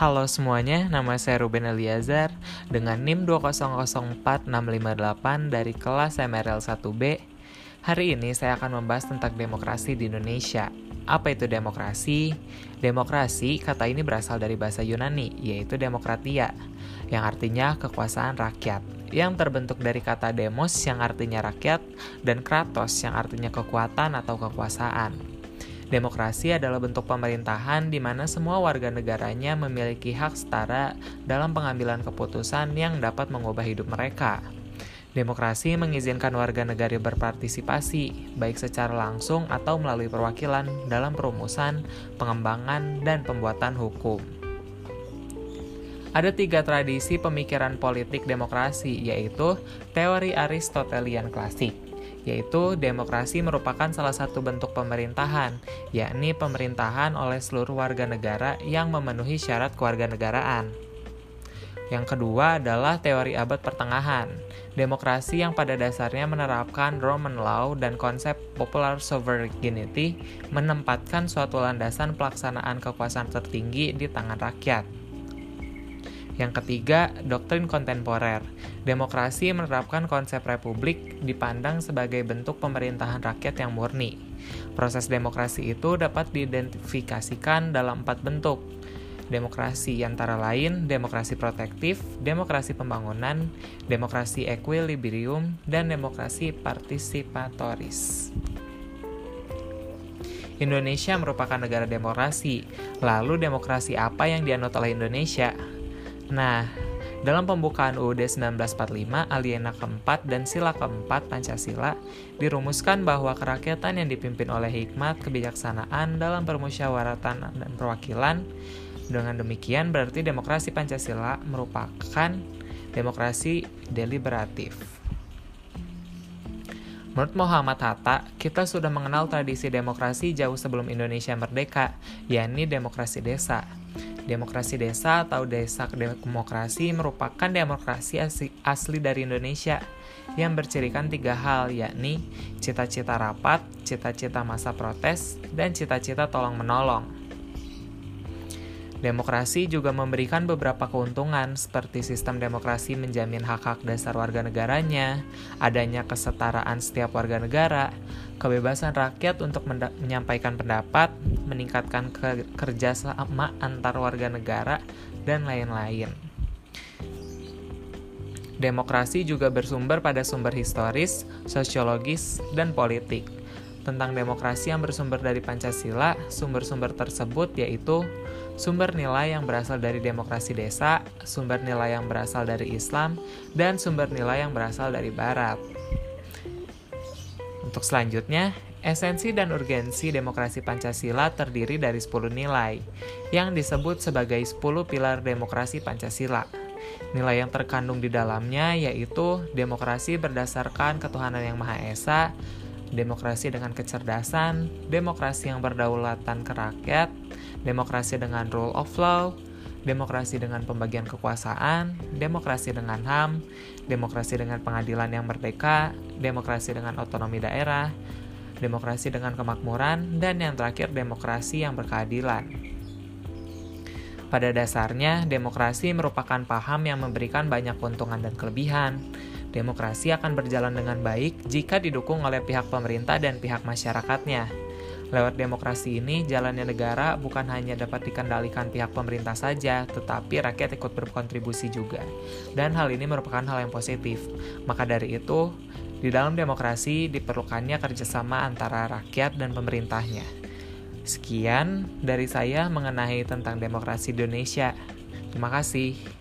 Halo semuanya, nama saya Ruben Eliazar dengan NIM 2004658 dari kelas MRL 1B. Hari ini saya akan membahas tentang demokrasi di Indonesia. Apa itu demokrasi? Demokrasi, kata ini berasal dari bahasa Yunani, yaitu demokratia, yang artinya kekuasaan rakyat, yang terbentuk dari kata demos yang artinya rakyat, dan kratos yang artinya kekuatan atau kekuasaan. Demokrasi adalah bentuk pemerintahan di mana semua warga negaranya memiliki hak setara dalam pengambilan keputusan yang dapat mengubah hidup mereka. Demokrasi mengizinkan warga negara berpartisipasi, baik secara langsung atau melalui perwakilan dalam perumusan, pengembangan, dan pembuatan hukum. Ada 3 tradisi pemikiran politik demokrasi, yaitu teori Aristotelian klasik, yaitu demokrasi merupakan salah satu bentuk pemerintahan, yakni pemerintahan oleh seluruh warga negara yang memenuhi syarat kewarganegaraan. Yang kedua adalah teori abad pertengahan, demokrasi yang pada dasarnya menerapkan Roman law dan konsep popular sovereignty menempatkan suatu landasan pelaksanaan kekuasaan tertinggi di tangan rakyat. Yang ketiga, doktrin kontemporer. Demokrasi menerapkan konsep republik dipandang sebagai bentuk pemerintahan rakyat yang murni. Proses demokrasi itu dapat diidentifikasikan dalam 4 bentuk. Demokrasi antara lain, demokrasi protektif, demokrasi pembangunan, demokrasi equilibrium, dan demokrasi partisipatoris. Indonesia merupakan negara demokrasi. Lalu demokrasi apa yang dianut oleh Indonesia? Nah, dalam pembukaan UUD 1945, alinea keempat dan sila keempat Pancasila, dirumuskan bahwa kerakyatan yang dipimpin oleh hikmat kebijaksanaan dalam permusyawaratan dan perwakilan. Dengan demikian, berarti demokrasi Pancasila merupakan demokrasi deliberatif. Menurut Muhammad Hatta, kita sudah mengenal tradisi demokrasi jauh sebelum Indonesia merdeka, yakni demokrasi desa. Demokrasi desa atau desa demokrasi merupakan demokrasi asli dari Indonesia yang bercirikan 3 hal, yakni cita-cita rapat, cita-cita masa protes, dan cita-cita tolong-menolong. Demokrasi juga memberikan beberapa keuntungan seperti sistem demokrasi menjamin hak-hak dasar warga negaranya, adanya kesetaraan setiap warga negara, kebebasan rakyat untuk menyampaikan pendapat, meningkatkan kerjasama antar warga negara, dan lain-lain. Demokrasi juga bersumber pada sumber historis, sosiologis, dan politik. Tentang demokrasi yang bersumber dari Pancasila, sumber-sumber tersebut yaitu sumber nilai yang berasal dari demokrasi desa, sumber nilai yang berasal dari Islam, dan sumber nilai yang berasal dari Barat. Untuk selanjutnya, esensi dan urgensi demokrasi Pancasila terdiri dari 10 nilai, yang disebut sebagai 10 pilar demokrasi Pancasila. Nilai yang terkandung di dalamnya yaitu demokrasi berdasarkan ketuhanan yang Maha Esa, demokrasi dengan kecerdasan, demokrasi yang berdaulatkan ke rakyat, demokrasi dengan rule of law, demokrasi dengan pembagian kekuasaan, demokrasi dengan HAM, demokrasi dengan pengadilan yang merdeka, demokrasi dengan otonomi daerah, demokrasi dengan kemakmuran, dan yang terakhir demokrasi yang berkeadilan. Pada dasarnya, demokrasi merupakan paham yang memberikan banyak keuntungan dan kelebihan. Demokrasi akan berjalan dengan baik jika didukung oleh pihak pemerintah dan pihak masyarakatnya. Lewat demokrasi ini, jalannya negara bukan hanya dapat dikendalikan pihak pemerintah saja, tetapi rakyat ikut berkontribusi juga. Dan hal ini merupakan hal yang positif. Maka dari itu, di dalam demokrasi diperlukannya kerjasama antara rakyat dan pemerintahnya. Sekian dari saya mengenai tentang demokrasi Indonesia. Terima kasih.